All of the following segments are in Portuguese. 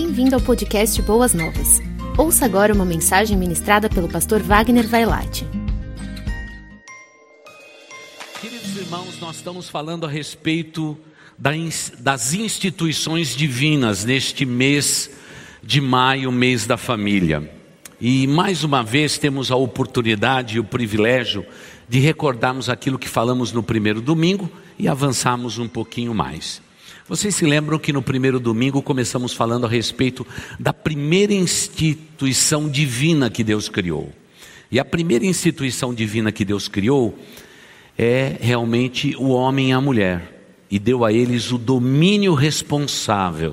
Bem-vindo ao podcast Boas Novas. Ouça agora uma mensagem ministrada pelo pastor Wagner Vailate. Queridos irmãos, nós estamos falando a respeito das instituições divinas neste mês de maio, mês da família. E mais uma vez temos a oportunidade e o privilégio de recordarmos aquilo que falamos no primeiro domingo e avançarmos um pouquinho mais. Vocês se lembram que no primeiro domingo começamos falando a respeito da primeira instituição divina que Deus criou. E a primeira instituição divina que Deus criou é realmente o homem e a mulher. E deu a eles o domínio responsável.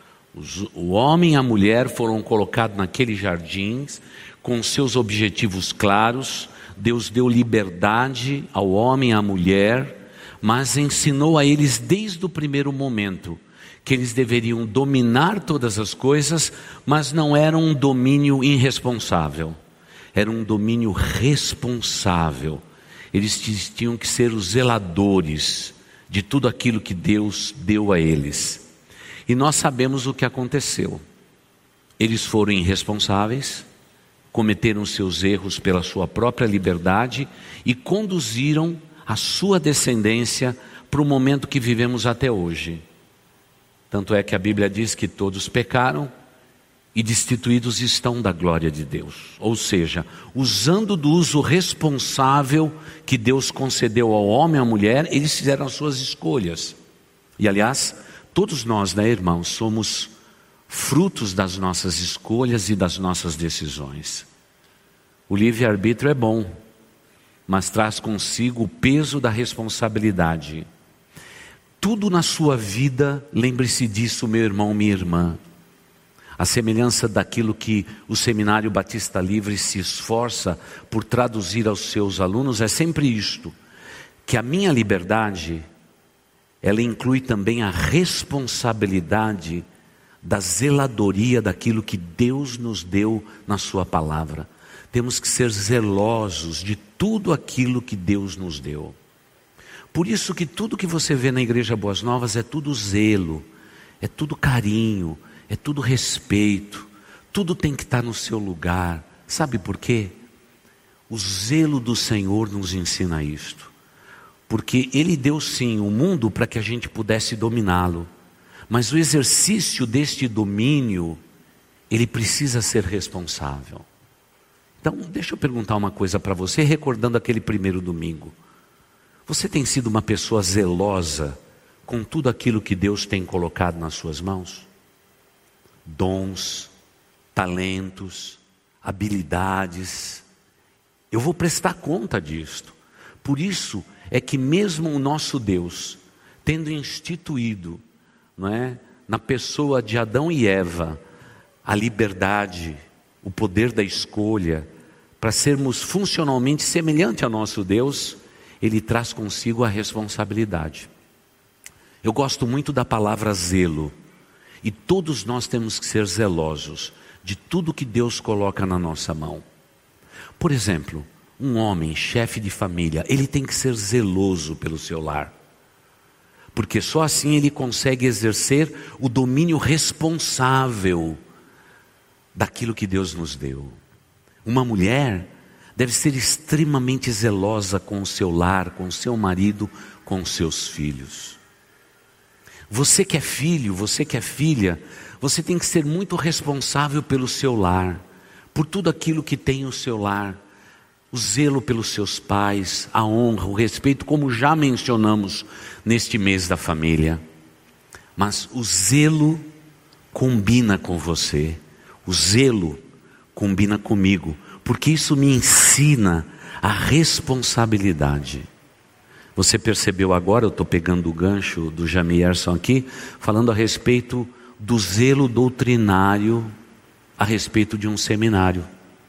O homem e a mulher foram colocados naqueles jardins com seus objetivos claros. Deus deu liberdade ao homem e à mulher, mas ensinou a eles desde o primeiro momento que eles deveriam dominar todas as coisas, mas não era um domínio irresponsável, era um domínio responsável. Eles tinham que ser os zeladores de tudo aquilo que Deus deu a eles. E nós sabemos o que aconteceu. Eles foram irresponsáveis, cometeram seus erros pela sua própria liberdade e conduziram a sua descendência para o momento que vivemos até hoje. Tanto é que a Bíblia diz que todos pecaram e destituídos estão da glória de Deus. Ou seja, usando do uso responsável que Deus concedeu ao homem e à mulher, eles fizeram as suas escolhas. E aliás, todos nós, né, irmãos, somos frutos das nossas escolhas e das nossas decisões. O livre-arbítrio é bom, mas traz consigo o peso da responsabilidade. Tudo na sua vida, lembre-se disso, meu irmão, minha irmã. A semelhança daquilo que o Seminário Batista Livre se esforça por traduzir aos seus alunos, é sempre isto: que a minha liberdade, ela inclui também a responsabilidade da zeladoria daquilo que Deus nos deu na sua palavra. Temos que ser zelosos de tudo aquilo que Deus nos deu. Por isso que tudo que você vê na Igreja Boas Novas é tudo zelo, é tudo carinho, é tudo respeito, tudo tem que estar no seu lugar. Sabe por quê? O zelo do Senhor nos ensina isto. Porque Ele deu sim o mundo para que a gente pudesse dominá-lo. Mas o exercício deste domínio, ele precisa ser responsável. Então, deixa eu perguntar uma coisa para você, recordando aquele primeiro domingo. Você tem sido uma pessoa zelosa com tudo aquilo que Deus tem colocado nas suas mãos? Dons, talentos, habilidades. Eu vou prestar conta disto. Por isso é que mesmo o nosso Deus, tendo instituído, não é, na pessoa de Adão e Eva, a liberdade, o poder da escolha, para sermos funcionalmente semelhantes ao nosso Deus, Ele traz consigo a responsabilidade. Eu gosto muito da palavra zelo, e todos nós temos que ser zelosos de tudo que Deus coloca na nossa mão. Por exemplo, um homem, chefe de família, ele tem que ser zeloso pelo seu lar, porque só assim ele consegue exercer o domínio responsável daquilo que Deus nos deu. Uma mulher deve ser extremamente zelosa com o seu lar, com o seu marido, com os seus filhos. Você que é filho, você que é filha, você tem que ser muito responsável pelo seu lar, por tudo aquilo que tem o seu lar. O zelo pelos seus pais, a honra, o respeito, como já mencionamos neste mês da família. Mas o zelo combina com você, o zelo combina comigo, porque isso me ensina a responsabilidade. Você percebeu agora, eu estou pegando o gancho do Jamierson aqui, falando a respeito do zelo doutrinário, a respeito de um seminário.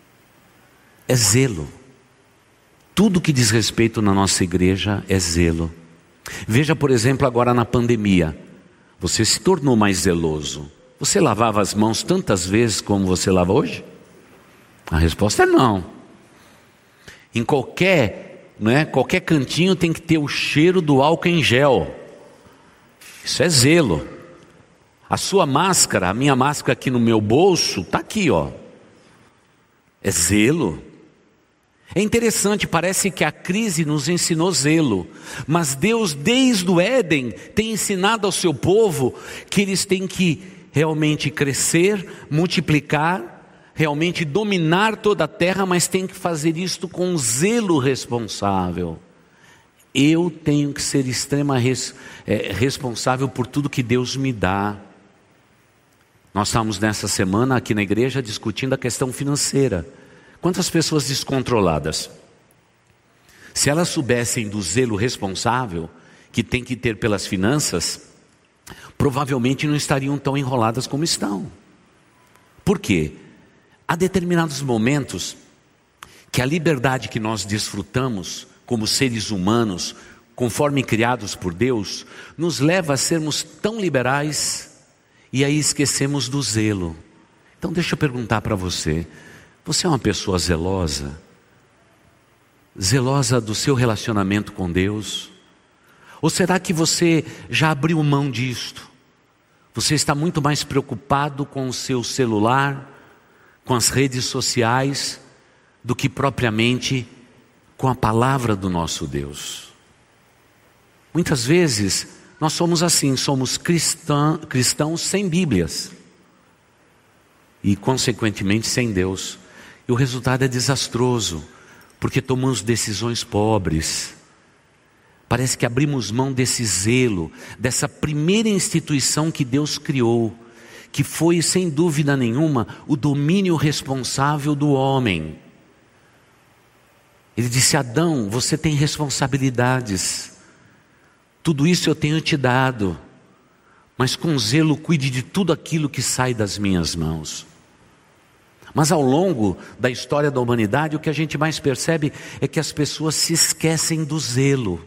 É zelo. Tudo que diz respeito na nossa igreja é zelo. Veja, por exemplo, agora na pandemia, você se tornou mais zeloso. Você lavava as mãos tantas vezes como você lava hoje? A resposta é não. Em qualquer cantinho tem que ter o cheiro do álcool em gel. Isso é zelo. A sua máscara, a minha máscara aqui no meu bolso, está aqui, ó. É zelo. É interessante, parece que a crise nos ensinou zelo, mas Deus desde o Éden tem ensinado ao seu povo que eles têm que realmente crescer, multiplicar, realmente dominar toda a terra, mas tem que fazer isto com zelo responsável. Eu tenho que ser responsável por tudo que Deus me dá. Nós estamos nessa semana aqui na igreja discutindo a questão financeira. Quantas pessoas descontroladas? Se elas soubessem do zelo responsável que tem que ter pelas finanças, provavelmente não estariam tão enroladas como estão. Por quê? Há determinados momentos que a liberdade que nós desfrutamos como seres humanos, conforme criados por Deus, nos leva a sermos tão liberais e aí esquecemos do zelo. Então deixa eu perguntar para você, você é uma pessoa zelosa? Zelosa do seu relacionamento com Deus? Ou será que você já abriu mão disto? Você está muito mais preocupado com o seu celular, com as redes sociais, do que propriamente com a palavra do nosso Deus. Muitas vezes nós somos assim, somos cristãos sem Bíblias e consequentemente sem Deus, e o resultado é desastroso, porque tomamos decisões pobres. Parece que abrimos mão desse zelo, dessa primeira instituição que Deus criou, que foi sem dúvida nenhuma o domínio responsável do homem. Ele disse: Adão, você tem responsabilidades, tudo isso eu tenho te dado, mas com zelo cuide de tudo aquilo que sai das minhas mãos. Mas ao longo da história da humanidade, o que a gente mais percebe é que as pessoas se esquecem do zelo.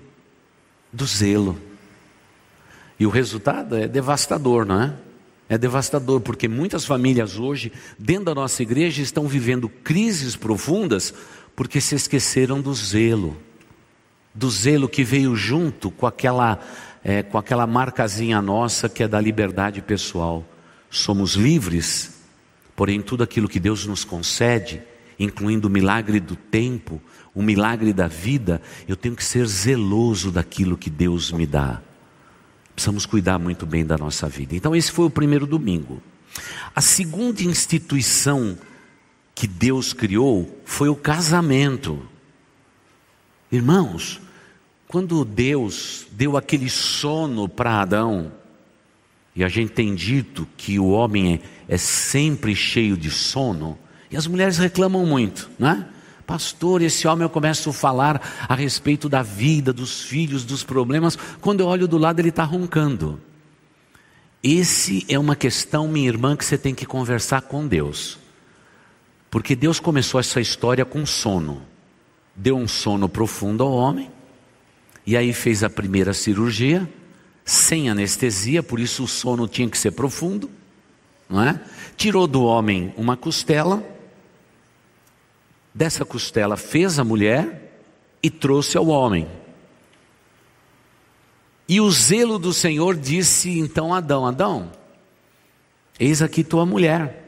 E o resultado é devastador, não é? É devastador, porque muitas famílias hoje, dentro da nossa igreja, estão vivendo crises profundas, porque se esqueceram do zelo que veio junto com aquela marcazinha nossa que é da liberdade pessoal. Somos livres, porém tudo aquilo que Deus nos concede, incluindo o milagre do tempo, o milagre da vida, eu tenho que ser zeloso daquilo que Deus me dá. Precisamos cuidar muito bem da nossa vida. Então esse foi o primeiro domingo. A segunda instituição que Deus criou foi o casamento. Irmãos, quando Deus deu aquele sono para Adão, e a gente tem dito que o homem é sempre cheio de sono, e as mulheres reclamam muito, né? Pastor, esse homem, eu começo a falar a respeito da vida, dos filhos, dos problemas, quando eu olho do lado ele está roncando. Esse é uma questão, minha irmã, que você tem que conversar com Deus. Porque Deus começou essa história com sono. Deu um sono profundo ao homem, e aí fez a primeira cirurgia, sem anestesia, por isso o sono tinha que ser profundo, não é? Tirou do homem uma costela, dessa costela fez a mulher e trouxe ao homem. E o zelo do Senhor disse então a Adão: Adão, eis aqui tua mulher.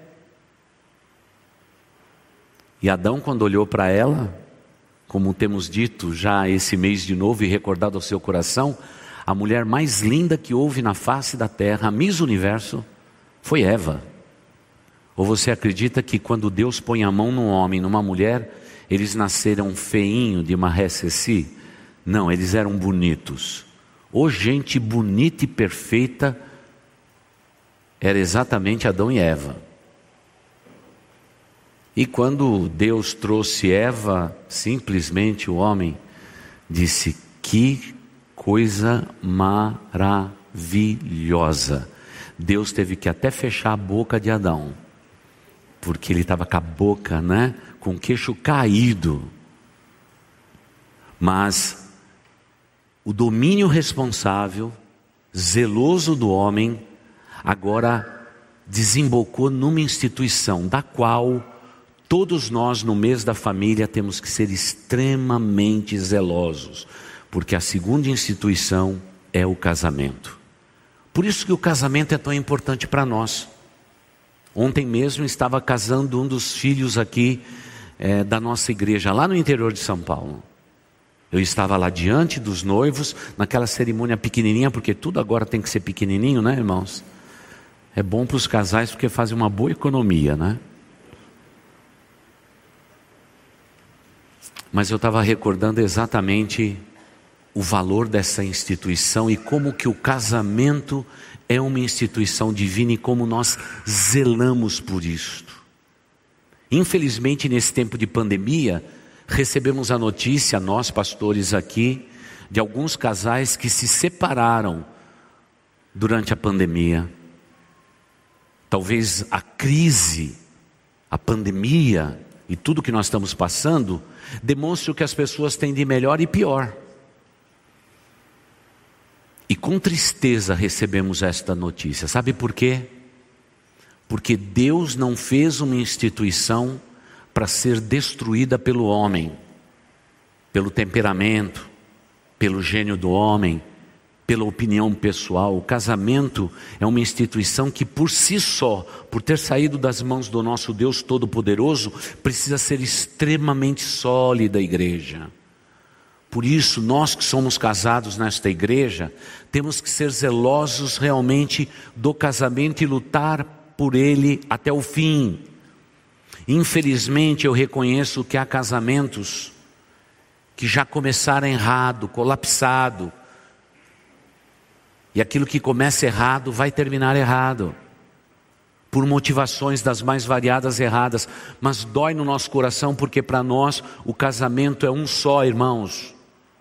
E Adão, quando olhou para ela, como temos dito já esse mês de novo e recordado ao seu coração, a mulher mais linda que houve na face da terra, a Miss Universo, foi Eva. Ou você acredita que quando Deus põe a mão num homem, numa mulher, eles nasceram feinho de uma recessi? Não, eles eram bonitos. Ô gente bonita e perfeita, era exatamente Adão e Eva. E quando Deus trouxe Eva, simplesmente o homem disse: que coisa maravilhosa. Deus teve que até fechar a boca de Adão, porque ele estava com a boca, né, com o queixo caído. Mas o domínio responsável, zeloso do homem, agora desembocou numa instituição da qual todos nós no mês da família temos que ser extremamente zelosos, porque a segunda instituição é o casamento. Por isso que o casamento é tão importante para nós. Ontem mesmo estava casando um dos filhos aqui da nossa igreja, lá no interior de São Paulo. Eu estava lá diante dos noivos, naquela cerimônia pequenininha, porque tudo agora tem que ser pequenininho, né, irmãos? É bom para os casais porque fazem uma boa economia, né? Mas eu estava recordando exatamente o valor dessa instituição e como que o casamento é uma instituição divina e como nós zelamos por isto. Infelizmente, nesse tempo de pandemia, recebemos a notícia, nós pastores aqui, de alguns casais que se separaram durante a pandemia. Talvez a crise, a pandemia e tudo que nós estamos passando, demonstre o que as pessoas têm de melhor e pior. E com tristeza recebemos esta notícia. Sabe por quê? Porque Deus não fez uma instituição para ser destruída pelo homem, pelo temperamento, pelo gênio do homem, pela opinião pessoal. O casamento é uma instituição que por si só, por ter saído das mãos do nosso Deus Todo-Poderoso, precisa ser extremamente sólida, igreja. Por isso, nós que somos casados nesta igreja, temos que ser zelosos realmente do casamento e lutar por ele até o fim. Infelizmente, eu reconheço que há casamentos que já começaram errado, colapsado. E aquilo que começa errado vai terminar errado, por motivações das mais variadas erradas. Mas dói no nosso coração, porque para nós o casamento é um só, irmãos.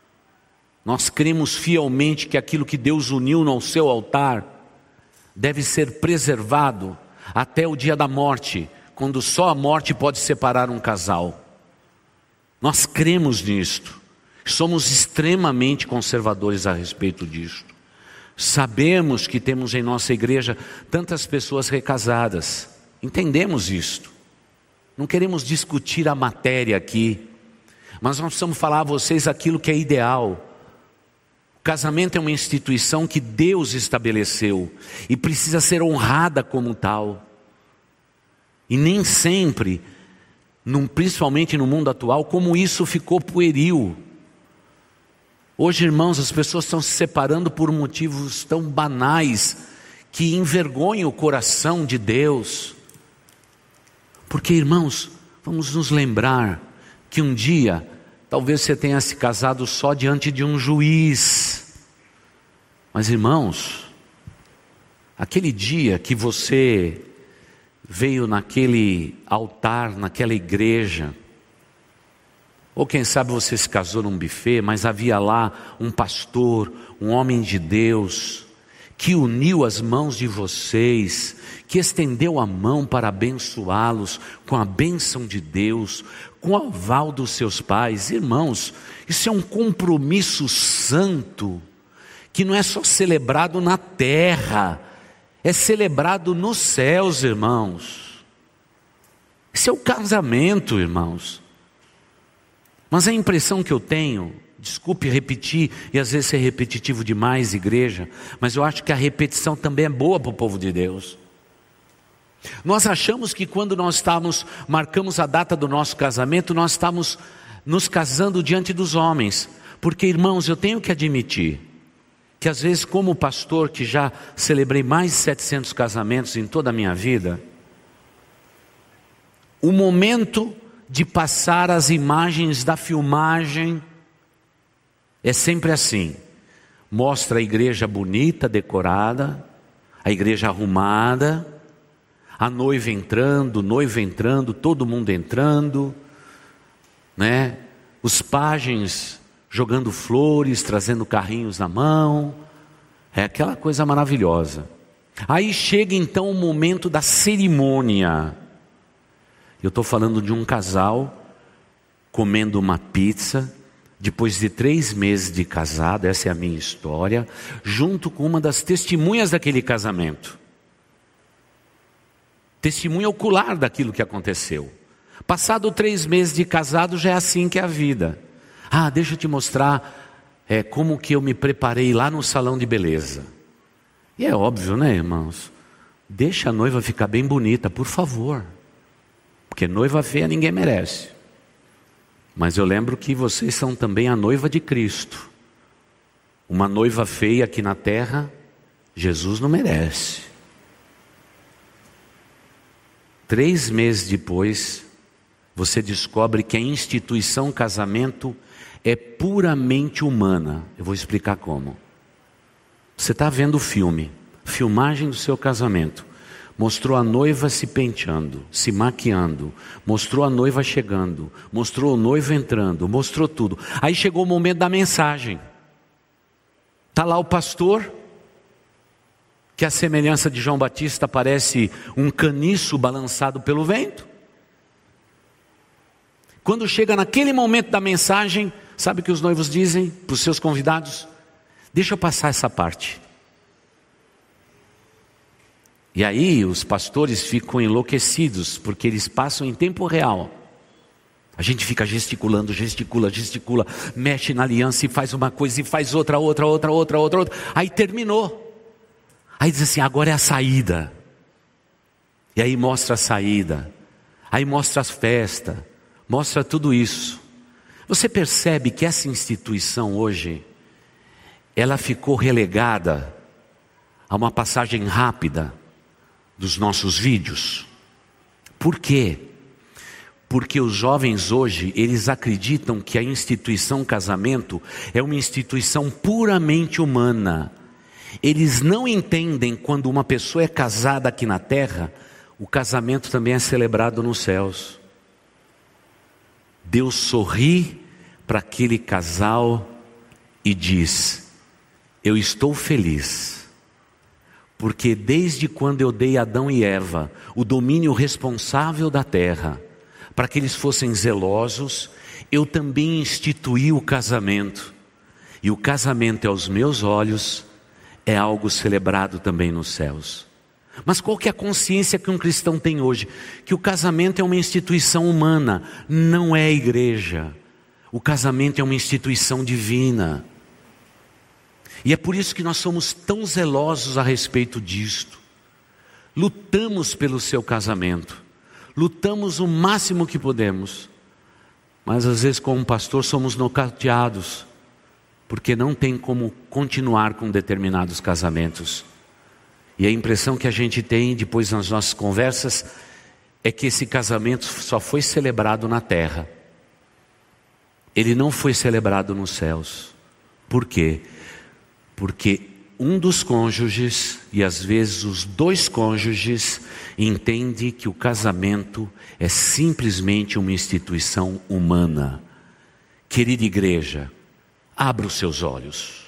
Nós cremos fielmente que aquilo que Deus uniu no seu altar deve ser preservado até o dia da morte, quando só a morte pode separar um casal. Nós cremos nisto, somos extremamente conservadores a respeito disto. Sabemos que temos em nossa igreja tantas pessoas recasadas, entendemos isto. Não queremos discutir a matéria aqui, mas nós precisamos falar a vocês aquilo que é ideal. O casamento é uma instituição que Deus estabeleceu e precisa ser honrada como tal. E nem sempre, principalmente no mundo atual, como isso ficou pueril. Hoje, irmãos, as pessoas estão se separando por motivos tão banais que envergonham o coração de Deus. Porque, irmãos, vamos nos lembrar que um dia talvez você tenha se casado só diante de um juiz. Mas, irmãos, aquele dia que você veio naquele altar, naquela igreja, ou quem sabe você se casou num buffet, mas havia lá um pastor, um homem de Deus, que uniu as mãos de vocês, que estendeu a mão para abençoá-los com a bênção de Deus, com o aval dos seus pais. Irmãos, isso é um compromisso santo, que não é só celebrado na terra, é celebrado nos céus, irmãos. Esse é o casamento, irmãos. Mas a impressão que eu tenho, desculpe repetir, e às vezes ser repetitivo demais, igreja, mas eu acho que a repetição também é boa para o povo de Deus. Nós achamos que quando nós marcamos a data do nosso casamento, nós estamos nos casando diante dos homens. Porque, irmãos, eu tenho que admitir que às vezes, como pastor que já celebrei mais de 700 casamentos em toda a minha vida, o momento de passar as imagens da filmagem é sempre assim: mostra a igreja bonita, decorada, a igreja arrumada, a noiva entrando, o noivo entrando, todo mundo entrando, né? Os pajens jogando flores, trazendo carrinhos na mão, é aquela coisa maravilhosa. Aí chega então o momento da cerimônia. Eu estou falando de um casal comendo uma pizza, depois de 3 meses de casado, essa é a minha história, junto com uma das testemunhas daquele casamento. Testemunha ocular daquilo que aconteceu. Passado 3 meses de casado, já é assim que é a vida. Deixa eu te mostrar como que eu me preparei lá no salão de beleza. E é óbvio, né, irmãos? Deixa a noiva ficar bem bonita, por favor. Porque noiva feia ninguém merece. Mas eu lembro que vocês são também a noiva de Cristo. Uma noiva feia aqui na terra, Jesus não merece. 3 meses depois, você descobre que a instituição casamento é puramente humana. Eu vou explicar como. Você está vendo o filme, filmagem do seu casamento. Mostrou a noiva se penteando, se maquiando, mostrou a noiva chegando, mostrou o noivo entrando, mostrou tudo. Aí chegou o momento da mensagem. Está lá o pastor, que a semelhança de João Batista parece um caniço balançado pelo vento. Quando chega naquele momento da mensagem, sabe o que os noivos dizem para os seus convidados? Deixa eu passar essa parte. E aí os pastores ficam enlouquecidos, porque eles passam em tempo real. A gente fica gesticulando, gesticula, mexe na aliança e faz uma coisa e faz outra. Aí terminou. Aí diz assim, agora é a saída. E aí mostra a saída. Aí mostra as festas. Mostra tudo isso. Você percebe que essa instituição hoje, ela ficou relegada a uma passagem rápida dos nossos vídeos. Por quê? Porque os jovens hoje, eles acreditam que a instituição casamento é uma instituição puramente humana. Eles não entendem quando uma pessoa é casada aqui na terra, o casamento também é celebrado nos céus. Deus sorri para aquele casal e diz, eu estou feliz. Porque desde quando eu dei a Adão e Eva o domínio responsável da terra, para que eles fossem zelosos, eu também instituí o casamento. E o casamento aos meus olhos é algo celebrado também nos céus. Mas qual que é a consciência que um cristão tem hoje? Que o casamento é uma instituição humana, não é a igreja. O casamento é uma instituição divina. E é por isso que nós somos tão zelosos a respeito disto. Lutamos pelo seu casamento. Lutamos o máximo que podemos. Mas às vezes como pastor somos nocauteados. Porque não tem como continuar com determinados casamentos. E a impressão que a gente tem depois nas nossas conversas é que esse casamento só foi celebrado na terra. Ele não foi celebrado nos céus. Por quê? Porque um dos cônjuges, e às vezes os 2 cônjuges, entende que o casamento é simplesmente uma instituição humana. Querida igreja, abra os seus olhos.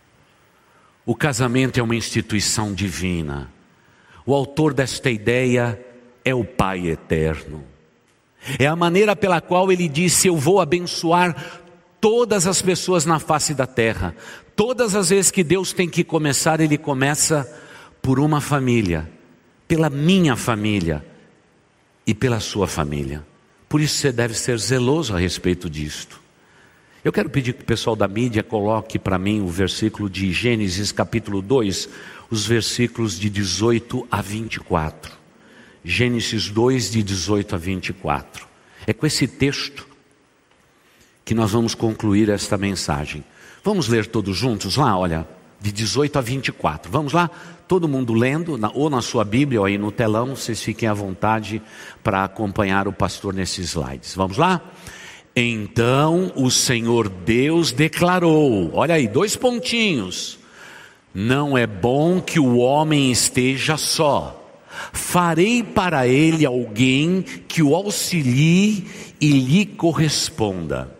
O casamento é uma instituição divina. O autor desta ideia é o Pai Eterno. É a maneira pela qual ele disse, eu vou abençoar todas as pessoas na face da terra. Todas as vezes que Deus tem que começar, Ele começa por uma família, pela minha família e pela sua família. Por isso você deve ser zeloso a respeito disto. Eu quero pedir que o pessoal da mídia coloque para mim o versículo de Gênesis capítulo 2, os versículos de 18 a 24. Gênesis 2, de 18 a 24. É com esse texto que nós vamos concluir esta mensagem. Vamos ler todos juntos lá, olha, de 18 a 24. Vamos lá? Todo mundo lendo, ou na sua Bíblia, ou aí no telão, vocês fiquem à vontade para acompanhar o pastor nesses slides. Vamos lá? Então o Senhor Deus declarou, olha aí, 2 pontinhos. Não é bom que o homem esteja só. Farei para ele alguém que o auxilie e lhe corresponda.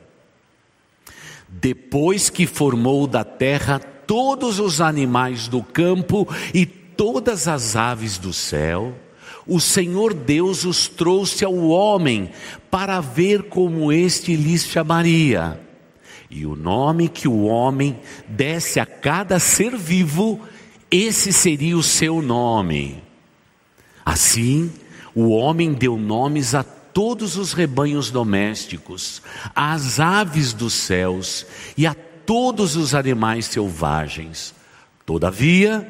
Depois que formou da terra todos os animais do campo e todas as aves do céu, o Senhor Deus os trouxe ao homem para ver como este lhes chamaria. E o nome que o homem desse a cada ser vivo, esse seria o seu nome. Assim, o homem deu nomes a todos os rebanhos domésticos, às aves dos céus e a todos os animais selvagens. Todavia,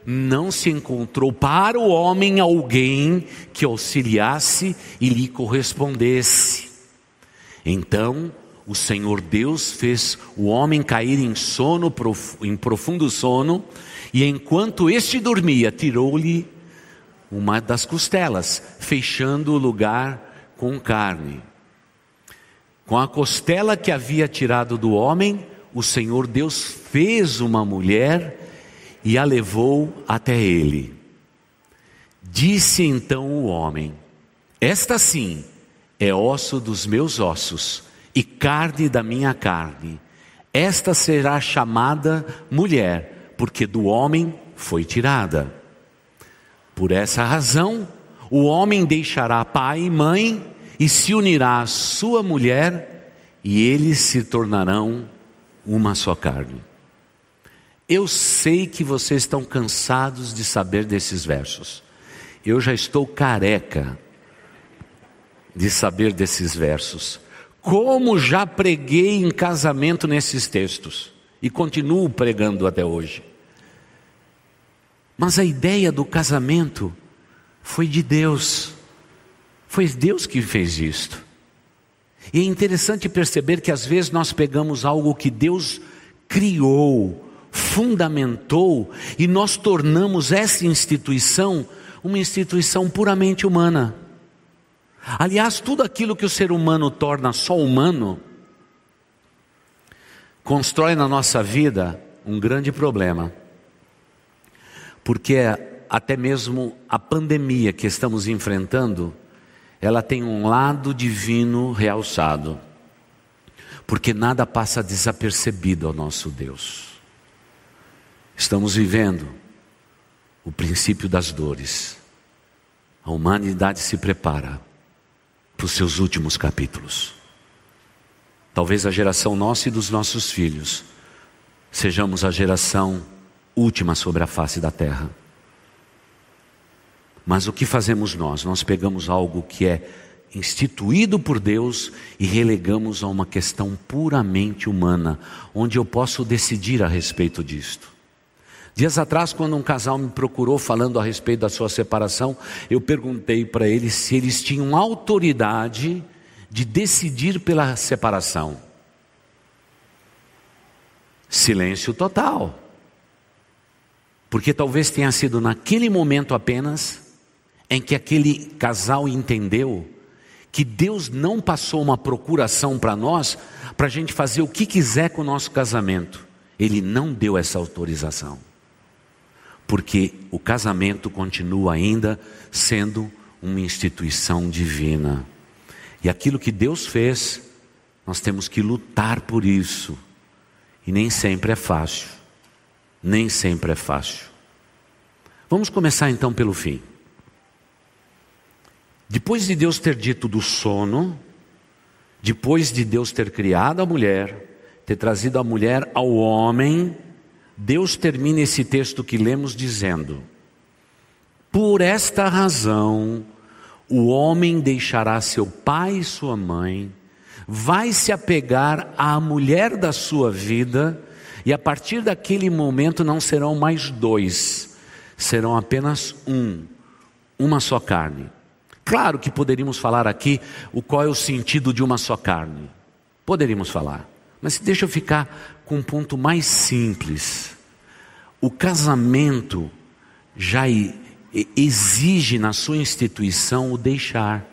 não se encontrou para o homem alguém que auxiliasse e lhe correspondesse. Então o Senhor Deus fez o homem cair em profundo sono, e enquanto este dormia, tirou-lhe uma das costelas, fechando o lugar com carne. Com a costela que havia tirado do homem, o Senhor Deus fez uma mulher e a levou até ele. Disse então o homem: esta sim é osso dos meus ossos e carne da minha carne. Esta será chamada mulher, porque do homem foi tirada. Por essa razão, o homem deixará pai e mãe e se unirá à sua mulher, e eles se tornarão uma só carne. Eu sei que vocês estão cansados de saber desses versos. Eu já estou careca de saber desses versos. Como já preguei em casamento nesses textos e continuo pregando até hoje. Mas a ideia do casamento foi de Deus. Foi Deus que fez isto. E é interessante perceber que às vezes nós pegamos algo que Deus criou, fundamentou, e nós tornamos essa instituição uma instituição puramente humana. Aliás, tudo aquilo que o ser humano torna só humano, constrói na nossa vida um grande problema. Porque até mesmo a pandemia que estamos enfrentando, ela tem um lado divino realçado. Porque nada passa desapercebido ao nosso Deus. Estamos vivendo o princípio das dores. A humanidade se prepara para os seus últimos capítulos. Talvez a geração nossa e dos nossos filhos sejamos a geração última sobre a face da terra. Mas o que fazemos nós? Nós pegamos algo que é instituído por Deus e relegamos a uma questão puramente humana, onde eu posso decidir a respeito disto. Dias atrás, quando um casal me procurou falando a respeito da sua separação, eu perguntei para eles se eles tinham autoridade de decidir pela separação. Silêncio total. Porque talvez tenha sido naquele momento apenas em que aquele casal entendeu que Deus não passou uma procuração para nós, para a gente fazer o que quiser com o nosso casamento. Ele não deu essa autorização. Porque o casamento continua ainda sendo uma instituição divina. E aquilo que Deus fez, nós temos que lutar por isso. E nem sempre é fácil. Nem sempre é fácil. Vamos começar então pelo fim. Depois de Deus ter dito do sono, depois de Deus ter criado a mulher, ter trazido a mulher ao homem, Deus termina esse texto que lemos dizendo: por esta razão, o homem deixará seu pai e sua mãe, vai se apegar à mulher da sua vida, e a partir daquele momento não serão mais dois, serão apenas uma só carne. Claro que poderíamos falar aqui qual é o sentido de uma só carne. Poderíamos falar, mas deixa eu ficar com um ponto mais simples. O casamento já exige na sua instituição o deixar.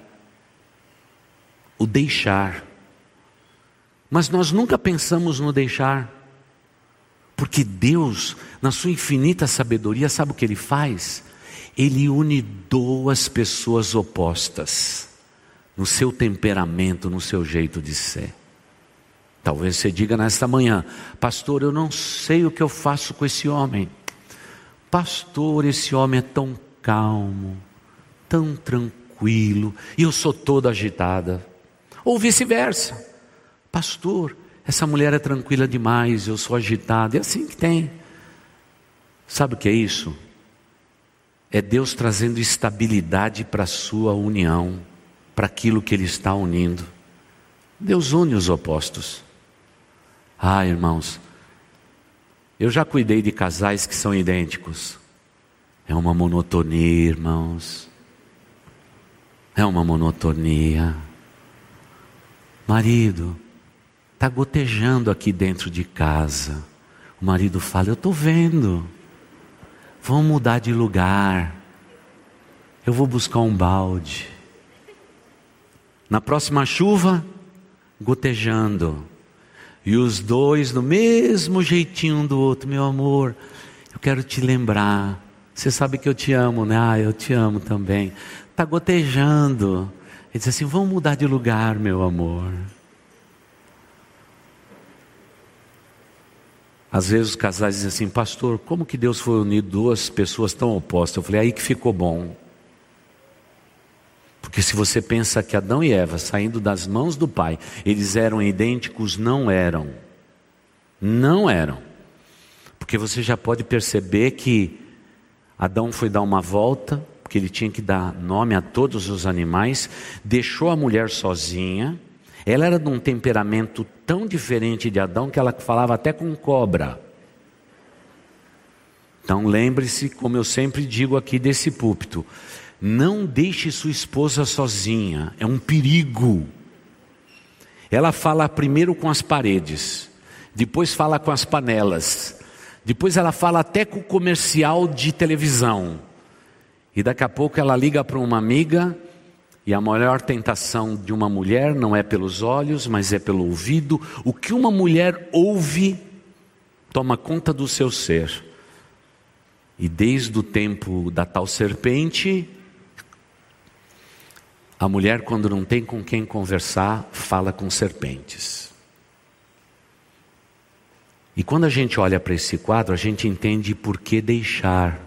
O deixar. Mas nós nunca pensamos no deixar. Porque Deus, na sua infinita sabedoria, sabe o que Ele faz? Ele une duas pessoas opostas no seu temperamento, no seu jeito de ser. Talvez você diga nesta manhã: pastor, eu não sei o que eu faço com esse homem. Pastor, esse homem é tão calmo, tão tranquilo, e eu sou toda agitada. Ou vice-versa: pastor, essa mulher é tranquila demais, eu sou agitado. É assim que tem. Sabe o que é isso? É Deus trazendo estabilidade para a sua união, para aquilo que Ele está unindo. Deus une os opostos. Irmãos, eu já cuidei de casais que são idênticos. É uma monotonia, irmãos. É uma monotonia. Marido, está gotejando aqui dentro de casa. O marido fala, eu estou vendo. Vamos mudar de lugar. Eu vou buscar um balde. Na próxima chuva, gotejando. E os dois no mesmo jeitinho um do outro. Meu amor, eu quero te lembrar. Você sabe que eu te amo, né? Ah, eu te amo também. Está gotejando. Ele diz assim, vamos mudar de lugar, meu amor. Às vezes os casais dizem assim, pastor, como que Deus foi unir duas pessoas tão opostas? Eu falei, aí que ficou bom. Porque se você pensa que Adão e Eva, saindo das mãos do Pai, eles eram idênticos, não eram. Não eram. Porque você já pode perceber que Adão foi dar uma volta, porque ele tinha que dar nome a todos os animais, deixou a mulher sozinha. Ela era de um temperamento tão diferente de Adão que ela falava até com cobra. Então lembre-se, como eu sempre digo aqui desse púlpito, não deixe sua esposa sozinha, é um perigo. Ela fala primeiro com as paredes, depois fala com as panelas, depois ela fala até com o comercial de televisão. E daqui a pouco ela liga para uma amiga, e a maior tentação de uma mulher não é pelos olhos, mas é pelo ouvido. O que uma mulher ouve, toma conta do seu ser. E desde o tempo da tal serpente, a mulher, quando não tem com quem conversar, fala com serpentes. E quando a gente olha para esse quadro, a gente entende por que deixar.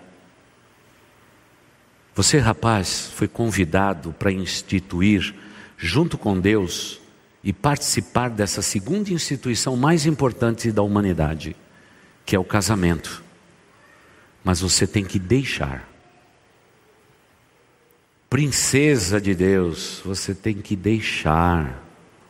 Você, rapaz, foi convidado para instituir, junto com Deus, e participar dessa segunda instituição mais importante da humanidade, que é o casamento. Mas você tem que deixar. Princesa de Deus, você tem que deixar.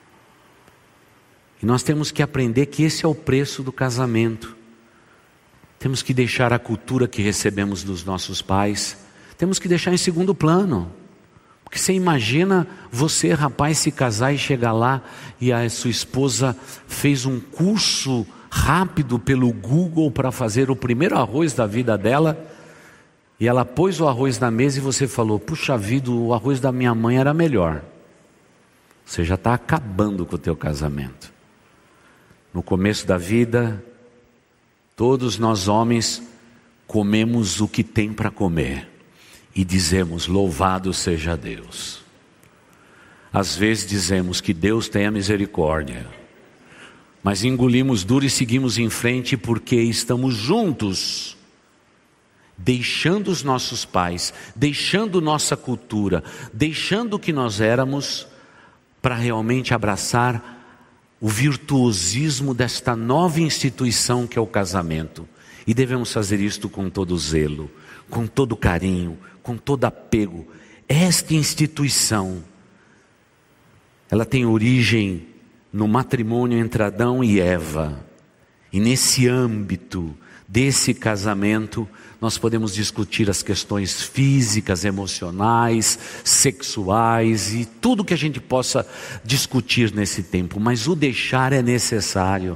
E nós temos que aprender que esse é o preço do casamento. Temos que deixar a cultura que recebemos dos nossos pais. Temos que deixar em segundo plano. Porque você imagina você, rapaz, se casar e chegar lá e a sua esposa fez um curso rápido pelo Google para fazer o primeiro arroz da vida dela. E ela pôs o arroz na mesa e você falou, puxa vida, o arroz da minha mãe era melhor. Você já está acabando com o teu casamento. No começo da vida, todos nós homens comemos o que tem para comer. E dizemos, louvado seja Deus. Às vezes dizemos que Deus tenha misericórdia. Mas engolimos duro e seguimos em frente porque estamos juntos. Deixando os nossos pais, deixando nossa cultura, deixando o que nós éramos, para realmente abraçar o virtuosismo desta nova instituição que é o casamento. E devemos fazer isto com todo zelo, com todo carinho, com todo apego. Esta instituição, ela tem origem no matrimônio entre Adão e Eva. E nesse âmbito desse casamento, nós podemos discutir as questões físicas, emocionais, sexuais e tudo que a gente possa discutir nesse tempo. Mas o deixar é necessário.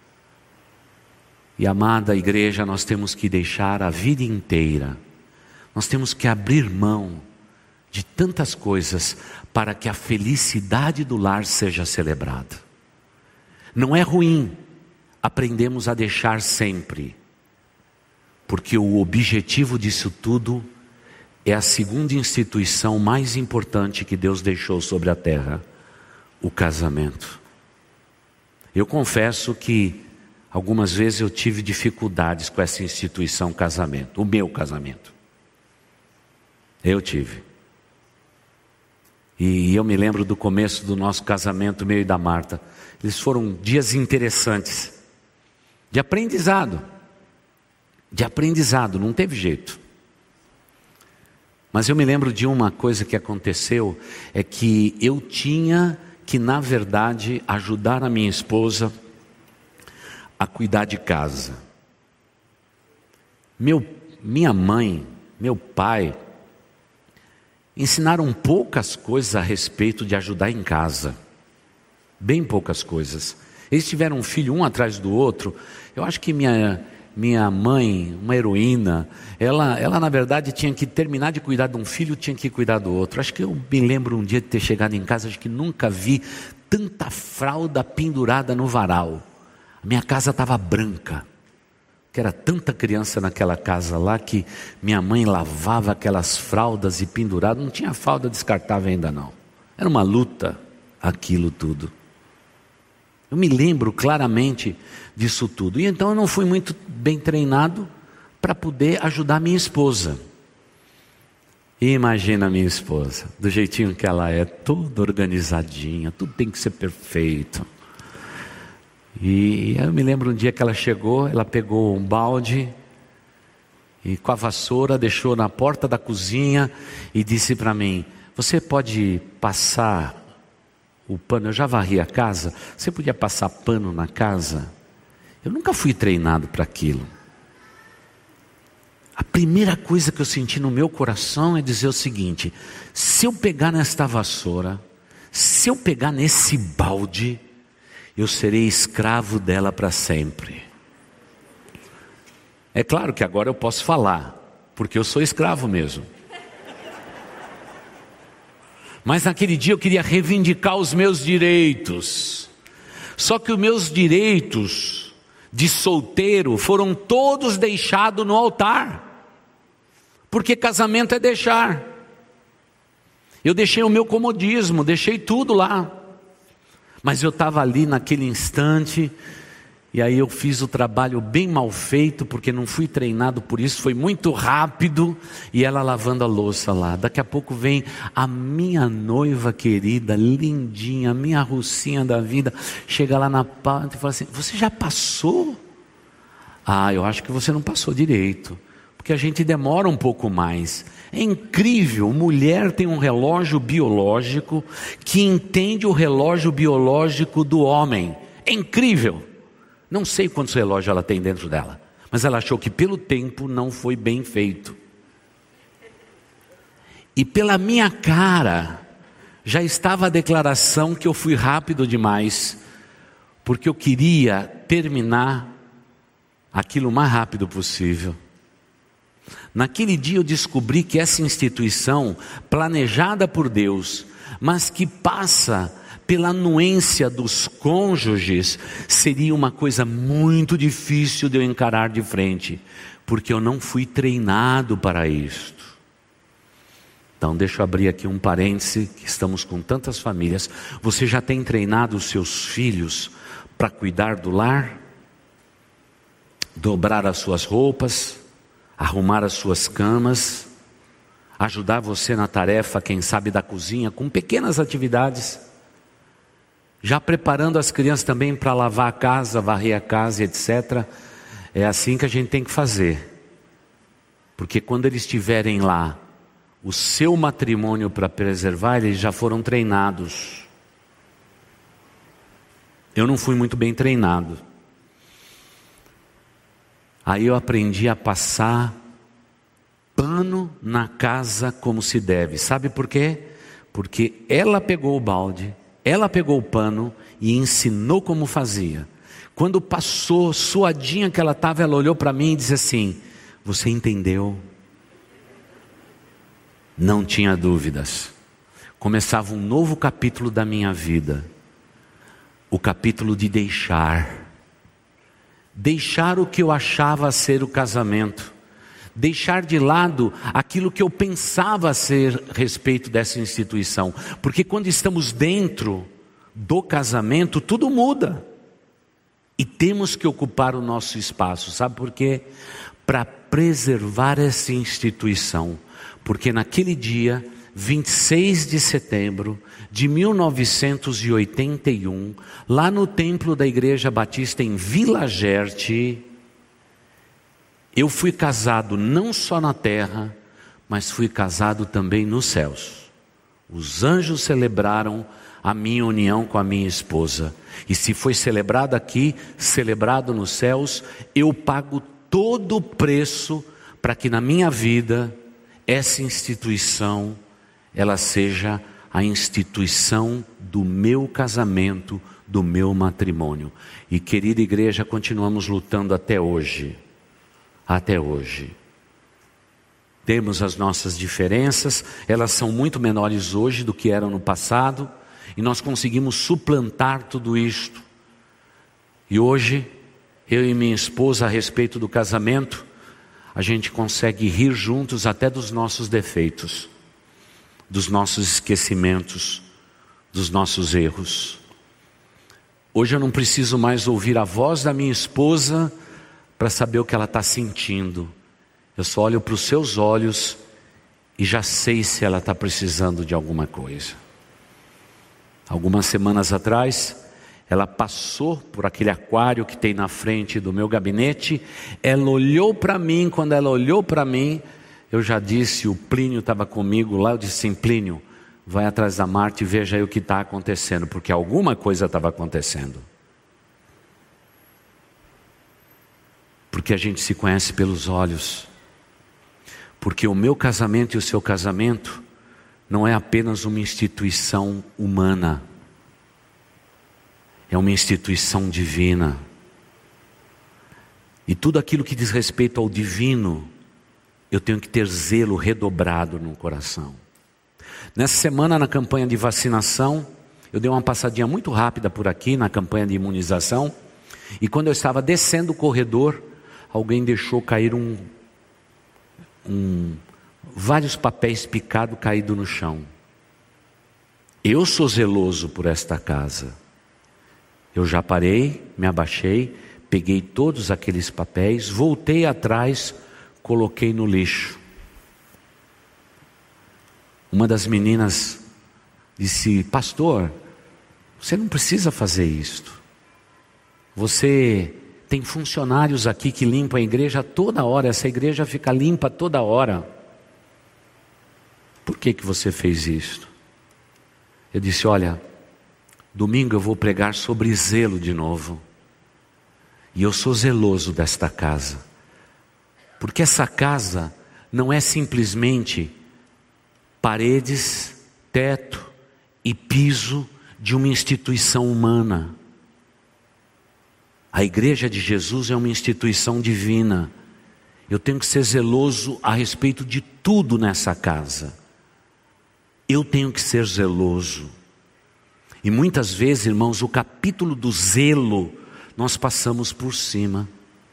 E amada igreja, nós temos que deixar a vida inteira. Nós temos que abrir mão de tantas coisas para que a felicidade do lar seja celebrada. Não é ruim, aprendemos a deixar sempre. Porque o objetivo disso tudo é a segunda instituição mais importante que Deus deixou sobre a terra, o casamento. Eu confesso que algumas vezes eu tive dificuldades com essa instituição casamento, o meu casamento. Eu tive. E eu me lembro do começo do nosso casamento, meu e da Marta. Eles foram dias interessantes, de aprendizado. Não teve jeito. Mas eu me lembro de uma coisa que aconteceu, é que eu tinha que, na verdade, ajudar a minha esposa a cuidar de casa. Minha mãe meu pai, ensinaram poucas coisas a respeito de ajudar em casa. Bem poucas coisas. Eles tiveram um filho um atrás do outro. Eu acho que minha mãe, uma heroína, ela na verdade tinha que terminar de cuidar de um filho, tinha que cuidar do outro. Acho que eu me lembro um dia de ter chegado em casa, acho que nunca vi tanta fralda pendurada no varal. A minha casa estava branca, que era tanta criança naquela casa lá, que minha mãe lavava aquelas fraldas e pendurava. Não tinha fralda descartável ainda não. Era uma luta aquilo tudo. Eu me lembro claramente disso tudo. E então eu não fui muito bem treinado para poder ajudar minha esposa. E imagina a minha esposa, do jeitinho que ela é, toda organizadinha, tudo tem que ser perfeito. E eu me lembro um dia que ela chegou, ela pegou um balde e com a vassoura deixou na porta da cozinha e disse para mim: você pode passar o pano? Eu já varri a casa, você podia passar pano na casa? Eu nunca fui treinado para aquilo. A primeira coisa que eu senti no meu coração é dizer o seguinte: se eu pegar nesta vassoura, se eu pegar nesse balde, eu serei escravo dela para sempre. É claro que agora eu posso falar, porque eu sou escravo mesmo. Mas naquele dia eu queria reivindicar os meus direitos. Só que os meus direitos de solteiro foram todos deixados no altar. Porque casamento é deixar. Eu deixei o meu comodismo, deixei tudo lá. Mas eu estava ali naquele instante, e aí eu fiz o trabalho bem mal feito, porque não fui treinado por isso, foi muito rápido, e ela lavando a louça lá. Daqui a pouco vem a minha noiva querida, lindinha, minha russinha da vida, chega lá na porta e fala assim: você já passou? Ah, eu acho que você não passou direito, porque a gente demora um pouco mais. É incrível, mulher tem um relógio biológico que entende o relógio biológico do homem. É incrível. Não sei quantos relógios ela tem dentro dela, mas ela achou que pelo tempo não foi bem feito. E pela minha cara já estava a declaração que eu fui rápido demais, porque eu queria terminar aquilo o mais rápido possível. Naquele dia eu descobri que essa instituição, planejada por Deus, mas que passa pela anuência dos cônjuges, seria uma coisa muito difícil de eu encarar de frente, porque eu não fui treinado para isto. Então deixa eu abrir aqui um parêntese, que estamos com tantas famílias. Você já tem treinado os seus filhos para cuidar do lar? Dobrar as suas roupas, arrumar as suas camas, ajudar você na tarefa, quem sabe, da cozinha, com pequenas atividades, já preparando as crianças também para lavar a casa, varrer a casa, etc. É assim que a gente tem que fazer, porque quando eles estiverem lá, o seu matrimônio para preservar, eles já foram treinados. Eu não fui muito bem treinado. Aí eu aprendi a passar pano na casa como se deve. Sabe por quê? Porque ela pegou o balde, ela pegou o pano e ensinou como fazia. Quando passou, suadinha que ela estava, ela olhou para mim e disse assim: você entendeu? Não tinha dúvidas. Começava um novo capítulo da minha vida. O capítulo de deixar. Deixar o que eu achava ser o casamento. Deixar de lado aquilo que eu pensava ser a respeito dessa instituição. Porque quando estamos dentro do casamento, tudo muda. E temos que ocupar o nosso espaço. Sabe por quê? Para preservar essa instituição. Porque naquele dia, 26 de setembro de 1981, lá no templo da Igreja Batista em Vila Gerte, eu fui casado não só na terra, mas fui casado também nos céus. Os anjos celebraram a minha união com a minha esposa. E se foi celebrado aqui, celebrado nos céus, eu pago todo o preço para que na minha vida essa instituição, ela seja a instituição do meu casamento, do meu matrimônio. E querida igreja, continuamos lutando até hoje. Até hoje. Temos as nossas diferenças, elas são muito menores hoje do que eram no passado, e nós conseguimos suplantar tudo isto. E hoje, eu e minha esposa, a respeito do casamento, a gente consegue rir juntos até dos nossos defeitos, dos nossos esquecimentos, dos nossos erros. Hoje eu não preciso mais ouvir a voz da minha esposa para saber o que ela está sentindo. Eu só olho para os seus olhos e já sei se ela está precisando de alguma coisa. Algumas semanas atrás, ela passou por aquele aquário que tem na frente do meu gabinete. Ela olhou para mim. Quando ela olhou para mim, eu já disse, o Plínio estava comigo lá. Eu disse assim: Plínio, vai atrás da Marta e veja aí o que está acontecendo, porque alguma coisa estava acontecendo. Porque a gente se conhece pelos olhos. Porque o meu casamento e o seu casamento não é apenas uma instituição humana, é uma instituição divina. E tudo aquilo que diz respeito ao divino, eu tenho que ter zelo redobrado no coração. Nessa semana, na campanha de vacinação, eu dei uma passadinha muito rápida por aqui, na campanha de imunização, e quando eu estava descendo o corredor, alguém deixou cair vários papéis picados caídos no chão. Eu sou zeloso por esta casa. Eu já parei, me abaixei, peguei todos aqueles papéis, voltei atrás, coloquei no lixo. Uma das meninas disse: pastor, você não precisa fazer isto. Você tem funcionários aqui que limpam a igreja toda hora, essa igreja fica limpa toda hora. Por que você fez isto? Eu disse: olha, domingo eu vou pregar sobre zelo de novo. E eu sou zeloso desta casa. Porque essa casa não é simplesmente paredes, teto e piso de uma instituição humana. A igreja de Jesus é uma instituição divina. Eu tenho que ser zeloso a respeito de tudo nessa casa. Eu tenho que ser zeloso. E muitas vezes, irmãos, o capítulo do zelo, nós passamos por cima.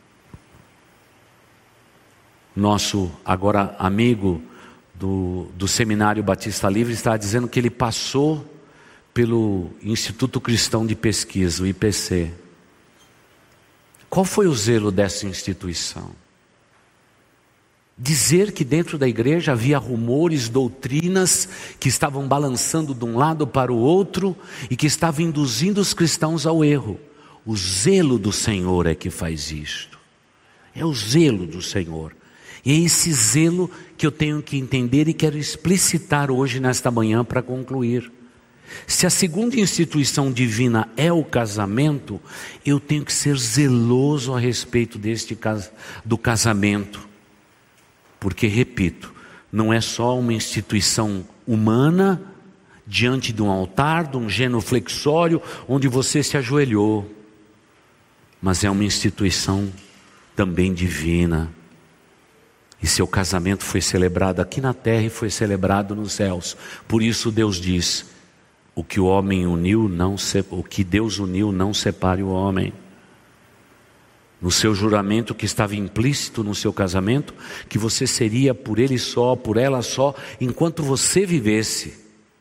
Nosso agora amigo do Seminário Batista Livre está dizendo que ele passou pelo Instituto Cristão de Pesquisa, o IPC. Qual foi o zelo dessa instituição? Dizer que dentro da igreja havia rumores, doutrinas que estavam balançando de um lado para o outro e que estavam induzindo os cristãos ao erro. O zelo do Senhor é que faz isto. É o zelo do Senhor. E é esse zelo que eu tenho que entender e quero explicitar hoje nesta manhã para concluir. Se a segunda instituição divina é o casamento, eu tenho que ser zeloso a respeito do casamento. Porque, repito, não é só uma instituição humana, diante de um altar, de um genuflexório, onde você se ajoelhou. Mas é uma instituição também divina. E seu casamento foi celebrado aqui na terra e foi celebrado nos céus. Por isso Deus diz: o que Deus uniu, não separe o homem. No seu juramento que estava implícito no seu casamento, que você seria por ele só, por ela só, enquanto você vivesse.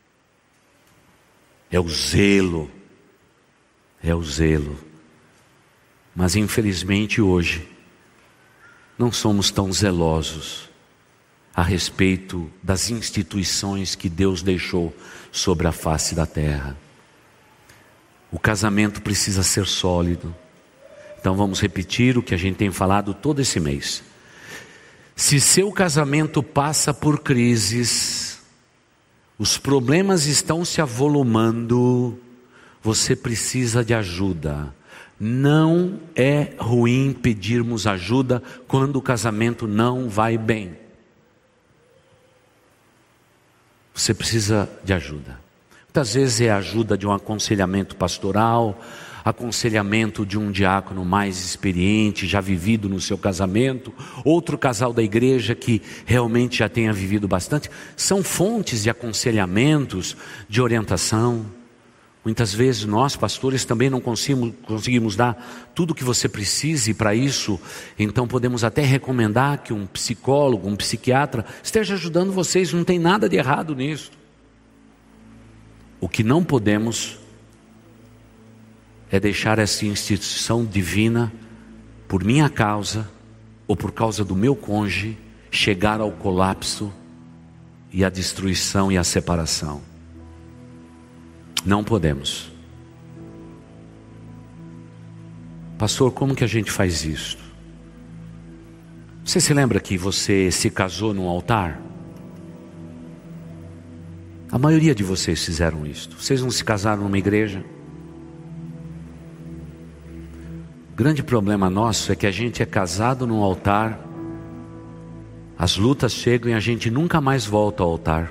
É o zelo. É o zelo. Mas infelizmente hoje, não somos tão zelosos a respeito das instituições que Deus deixou sobre a face da terra. O casamento precisa ser sólido. Então vamos repetir o que a gente tem falado todo esse mês. Se seu casamento passa por crises, os problemas estão se avolumando, você precisa de ajuda. Não é ruim pedirmos ajuda quando o casamento não vai bem. você precisa de ajuda. Muitas vezes é a ajuda de um aconselhamento pastoral, aconselhamento de um diácono mais experiente, já vivido no seu casamento, outro casal da igreja que realmente já tenha vivido bastante. São fontes de aconselhamentos, de orientação. Muitas vezes nós, pastores, também não conseguimos dar tudo o que você precise para isso. Então podemos até recomendar que um psicólogo, um psiquiatra esteja ajudando vocês. Não tem nada de errado nisso. O que não podemos é deixar essa instituição divina, por minha causa ou por causa do meu cônjuge, chegar ao colapso e à destruição e à separação. Não podemos. Pastor, como que a gente faz isso? Você se lembra que você se casou num altar? A maioria de vocês fizeram isso. Vocês não se casaram numa igreja? O grande problema nosso é que a gente é casado num altar, as lutas chegam e a gente nunca mais volta ao altar.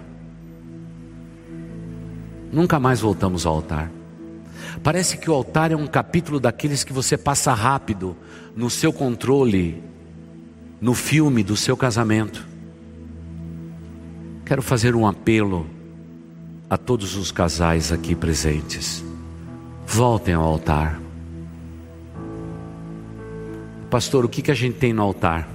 Nunca mais voltamos ao altar. Parece que o altar é um capítulo daqueles que você passa rápido no seu controle, no filme do seu casamento. Quero fazer um apelo a todos os casais aqui presentes. Voltem ao altar. Pastor, o que a gente tem no altar?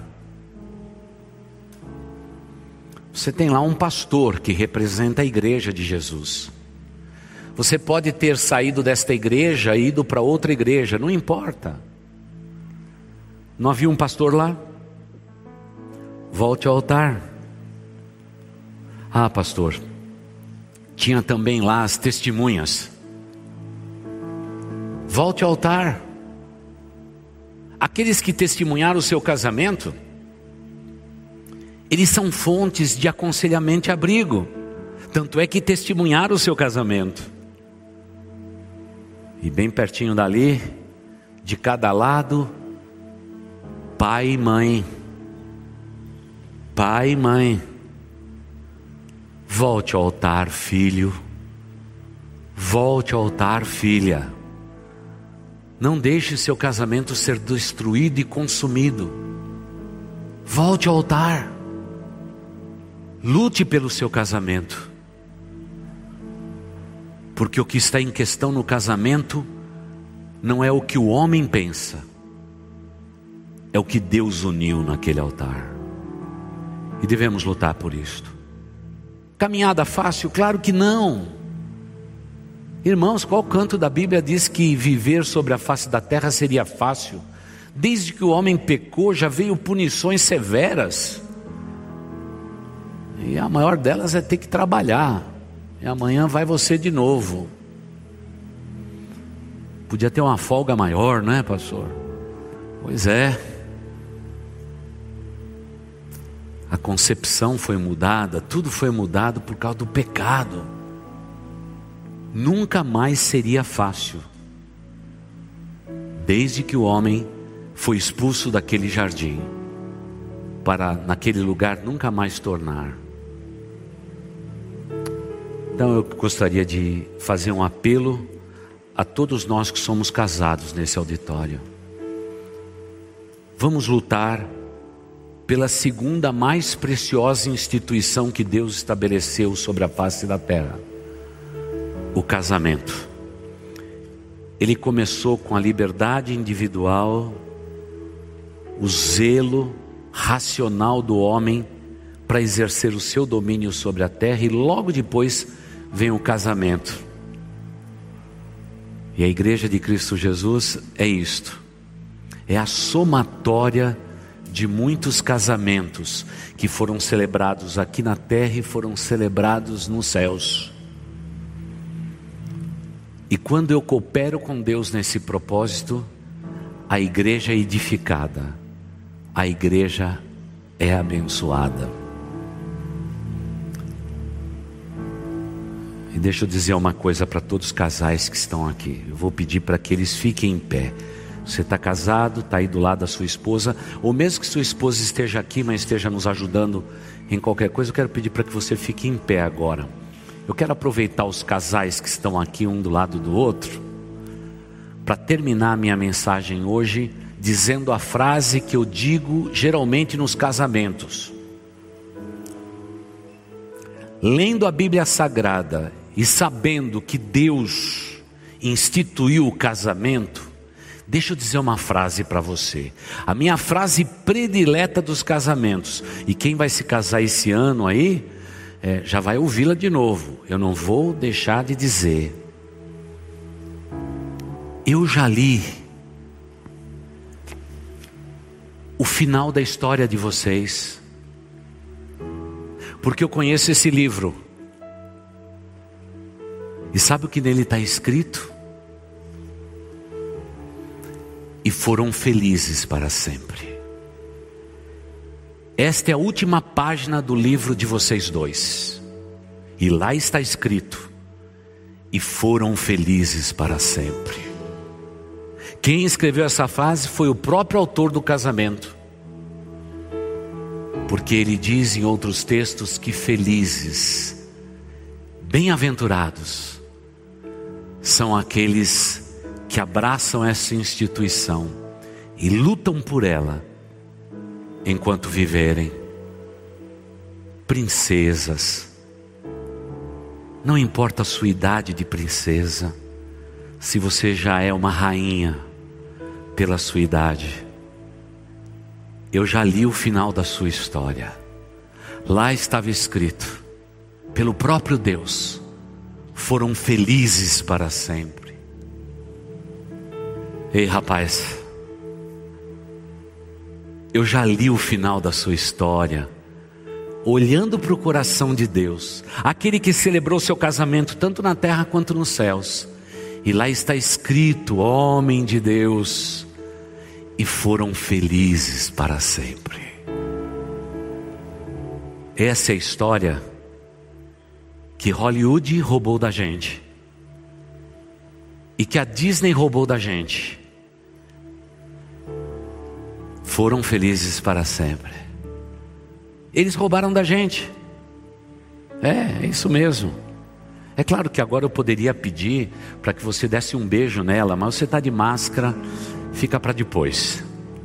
Você tem lá um pastor que representa a igreja de Jesus. Você pode ter saído desta igreja e ido para outra igreja, não importa. Não havia um pastor lá? Volte ao altar. Ah, pastor, tinha também lá as testemunhas. Volte ao altar. Aqueles que testemunharam o seu casamento, eles são fontes de aconselhamento e abrigo. Tanto é que testemunharam o seu casamento. E bem pertinho dali, de cada lado, pai e mãe. Pai e mãe. Volte ao altar, filho. Volte ao altar, filha. Não deixe seu casamento ser destruído e consumido. Volte ao altar. Lute pelo seu casamento. Porque o que está em questão no casamento não é o que o homem pensa, é o que Deus uniu naquele altar. E devemos lutar por isto. Caminhada fácil? Claro que não. Irmãos, qual canto da Bíblia diz que viver sobre a face da terra seria fácil? Desde que o homem pecou, já veio punições severas. E a maior delas é ter que trabalhar. E amanhã vai você de novo. Podia ter uma folga maior, não é, pastor? Pois é. A concepção foi mudada, tudo foi mudado por causa do pecado. Nunca mais seria fácil, desde que o homem foi expulso daquele jardim, para naquele lugar nunca mais tornar. Então eu gostaria de fazer um apelo a todos nós que somos casados nesse auditório. Vamos lutar pela segunda mais preciosa instituição que Deus estabeleceu sobre a face da terra. O casamento. Ele começou com a liberdade individual, o zelo racional do homem para exercer o seu domínio sobre a terra, e logo depois vem o casamento. E a igreja de Cristo Jesus é isto. É a somatória de muitos casamentos que foram celebrados aqui na terra e foram celebrados nos céus. E quando eu coopero com Deus nesse propósito, a igreja é edificada, a igreja é abençoada. E deixa eu dizer uma coisa para todos os casais que estão aqui. Eu vou pedir para que eles fiquem em pé. Você está casado, está aí do lado da sua esposa, ou mesmo que sua esposa esteja aqui, mas esteja nos ajudando em qualquer coisa, eu quero pedir para que você fique em pé agora. eu quero aproveitar os casais que estão aqui um do lado do outro, para terminar a minha mensagem hoje, dizendo a frase que eu digo geralmente nos casamentos. Lendo a Bíblia Sagrada e sabendo que Deus instituiu o casamento, deixa eu dizer uma frase para você. A minha frase predileta dos casamentos. E quem vai se casar esse ano aí, já vai ouvi-la de novo. Eu não vou deixar de dizer. Eu já li o final da história de vocês, porque eu conheço esse livro. E sabe o que nele está escrito? E foram felizes para sempre. Esta é a última página do livro de vocês dois. E lá está escrito: e foram felizes para sempre. Quem escreveu essa frase foi o próprio autor do casamento. Porque ele diz em outros textos que felizes, bem-aventurados, são aqueles que abraçam essa instituição e lutam por ela enquanto viverem. Princesas, não importa a sua idade de princesa, se você já é uma rainha pela sua idade, eu já li o final da sua história. Lá estava escrito, pelo próprio Deus, foram felizes para sempre. Ei, rapaz, eu já li o final da sua história, olhando para o coração de Deus, aquele que celebrou seu casamento tanto na terra quanto nos céus. E lá está escrito, homem de Deus, e foram felizes para sempre. Essa é a história que Hollywood roubou da gente, e que a Disney roubou da gente. Foram felizes para sempre. Eles roubaram da gente. É isso mesmo. É claro que agora eu poderia pedir para que você desse um beijo nela, mas você está de máscara, fica para depois.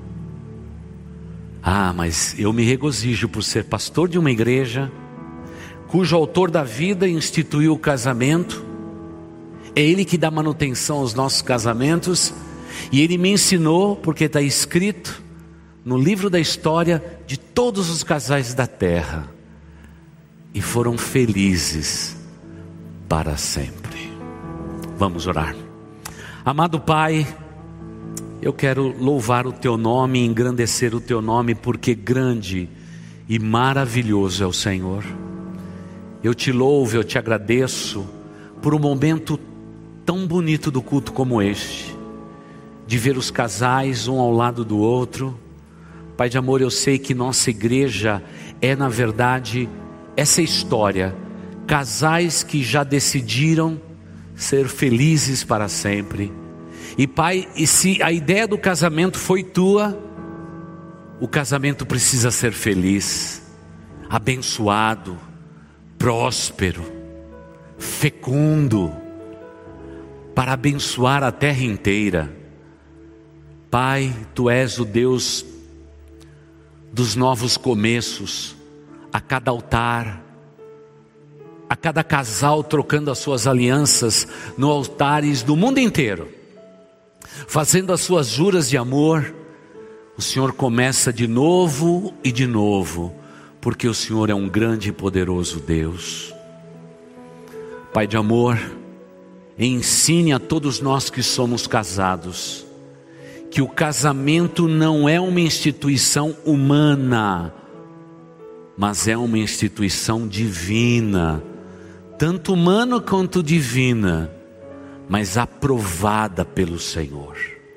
Mas eu me regozijo por ser pastor de uma igreja, cujo autor da vida instituiu o casamento. É Ele que dá manutenção aos nossos casamentos. E Ele me ensinou, porque está escrito no livro da história de todos os casais da terra, e foram felizes para sempre. Vamos orar. Amado Pai, eu quero louvar o Teu nome e engrandecer o Teu nome, porque grande e maravilhoso é o Senhor. Eu Te louvo, eu Te agradeço por um momento tão bonito do culto como este, de ver os casais um ao lado do outro. Pai de amor, eu sei que nossa igreja é, na verdade, essa história, casais que já decidiram ser felizes para sempre. E Pai, e se a ideia do casamento foi Tua, o casamento precisa ser feliz, abençoado, próspero, fecundo, para abençoar a terra inteira. Pai, Tu és o Deus dos novos começos, a cada altar, a cada casal trocando as suas alianças nos altares do mundo inteiro, fazendo as suas juras de amor. O Senhor começa de novo e de novo, porque o Senhor é um grande e poderoso Deus. Pai de amor, ensine a todos nós que somos casados, que o casamento não é uma instituição humana, mas é uma instituição divina, tanto humana quanto divina, mas aprovada pelo Senhor.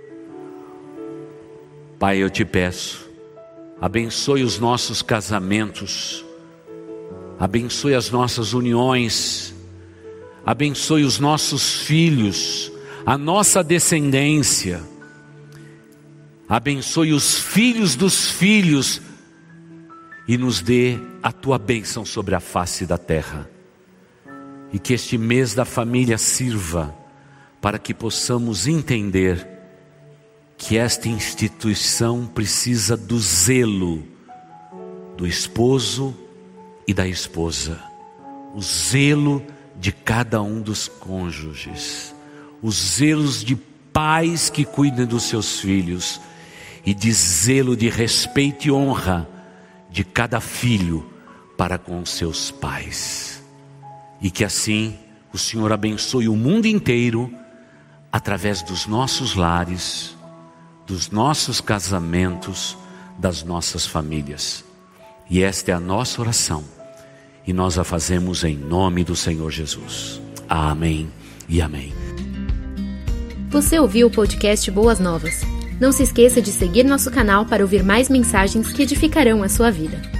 Pai, eu Te peço, abençoe os nossos casamentos, abençoe as nossas uniões, abençoe os nossos filhos, a nossa descendência, abençoe os filhos dos filhos, e nos dê a Tua bênção sobre a face da terra. e que este mês da família sirva para que possamos entender que esta instituição precisa do zelo do esposo e da esposa, o zelo de cada um dos cônjuges, os zelos de pais que cuidam dos seus filhos e de zelo de respeito e honra de cada filho para com os seus pais. E que assim o Senhor abençoe o mundo inteiro através dos nossos lares, dos nossos casamentos, das nossas famílias. E esta é a nossa oração, e nós a fazemos em nome do Senhor Jesus. Amém e amém. Você ouviu o podcast Boas Novas. Não se esqueça de seguir nosso canal para ouvir mais mensagens que edificarão a sua vida.